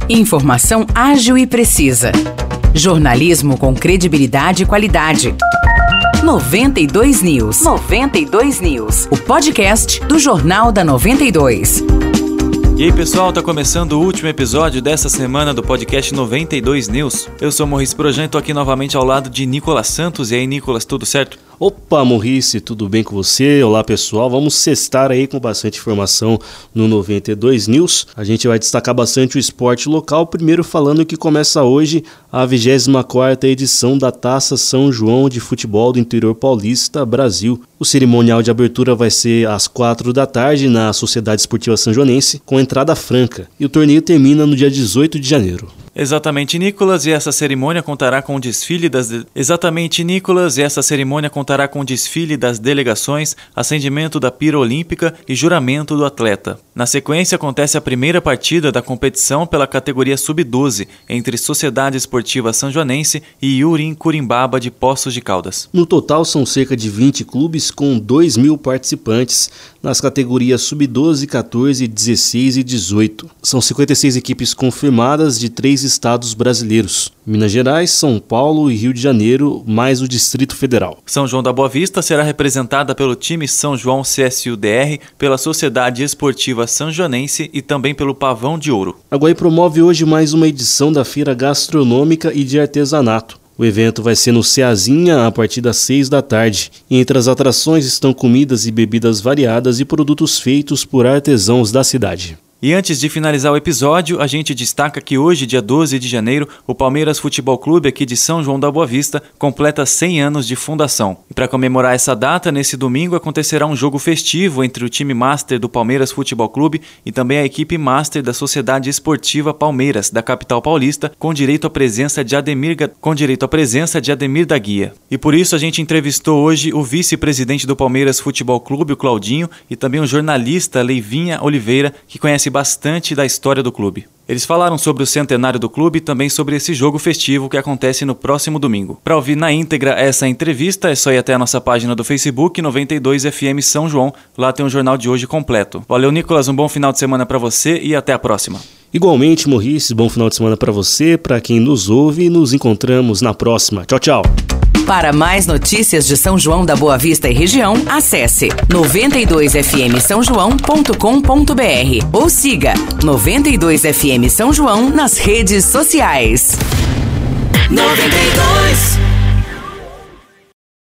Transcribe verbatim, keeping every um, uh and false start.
Informação ágil e precisa. Jornalismo com credibilidade e qualidade. noventa e dois News. noventa e dois News. O podcast do Jornal da noventa e dois. E aí pessoal, tá começando o último episódio dessa semana do podcast noventa e dois News. Eu sou Morris Projan e tô aqui novamente ao lado de Nicolas Santos. E aí Nicolas, tudo certo? Opa, Morris, tudo bem com você? Olá pessoal, vamos sextar aí com bastante informação no noventa e dois News. A gente vai destacar bastante o esporte local, primeiro falando que começa hoje a vigésima quarta edição da Taça São João de Futebol do Interior Paulista, Brasil. O cerimonial de abertura vai ser às quatro da tarde na Sociedade Esportiva Sanjoanense, com entrada franca, e o torneio termina no dia dezoito de janeiro. Exatamente, Nicolas, e essa cerimônia contará com o desfile das de... Exatamente, Nicolas, e essa cerimônia contará com o desfile das delegações, acendimento da pira olímpica e juramento do atleta. Na sequência acontece a primeira partida da competição pela categoria sub doze entre Sociedade Esportiva Sanjoanense e Yurim Curimbaba de Poços de Caldas. No total são cerca de vinte clubes com dois mil participantes nas categorias sub doze, catorze, dezesseis e dezoito. São cinquenta e seis equipes confirmadas de três estados brasileiros: Minas Gerais, São Paulo e Rio de Janeiro, mais o Distrito Federal. São João da Boa Vista será representada pelo time São João C S U D R, pela Sociedade Esportiva Sanjoanense e também pelo Pavão de Ouro. A Guaí promove hoje mais uma edição da Feira Gastronômica e de Artesanato. O evento vai ser no Ceazinha a partir das seis da tarde. E entre as atrações estão comidas e bebidas variadas e produtos feitos por artesãos da cidade. E antes de finalizar o episódio, a gente destaca que hoje, dia doze de janeiro, o Palmeiras Futebol Clube aqui de São João da Boa Vista completa cem anos de fundação. E para comemorar essa data, nesse domingo acontecerá um jogo festivo entre o time Master do Palmeiras Futebol Clube e também a equipe Master da Sociedade Esportiva Palmeiras, da capital paulista, com direito à presença de Ademir, com direito à presença de Ademir da Guia. E por isso a gente entrevistou hoje o vice-presidente do Palmeiras Futebol Clube, o Claudinho, e também o jornalista Leivinha Oliveira, que conhece bastante da história do clube. Eles falaram sobre o centenário do clube e também sobre esse jogo festivo que acontece no próximo domingo. Para ouvir na íntegra essa entrevista, é só ir até a nossa página do Facebook, noventa e dois F M São João. Lá tem o jornal de hoje completo. Valeu, Nicolas, um bom final de semana para você e até a próxima. Igualmente, Morris, bom final de semana para você, para quem nos ouve, e nos encontramos na próxima. Tchau, tchau. Para mais notícias de São João da Boa Vista e região, acesse noventa e dois f m são joão ponto com ponto b r ou siga noventa e dois F M São João nas redes sociais. noventa e dois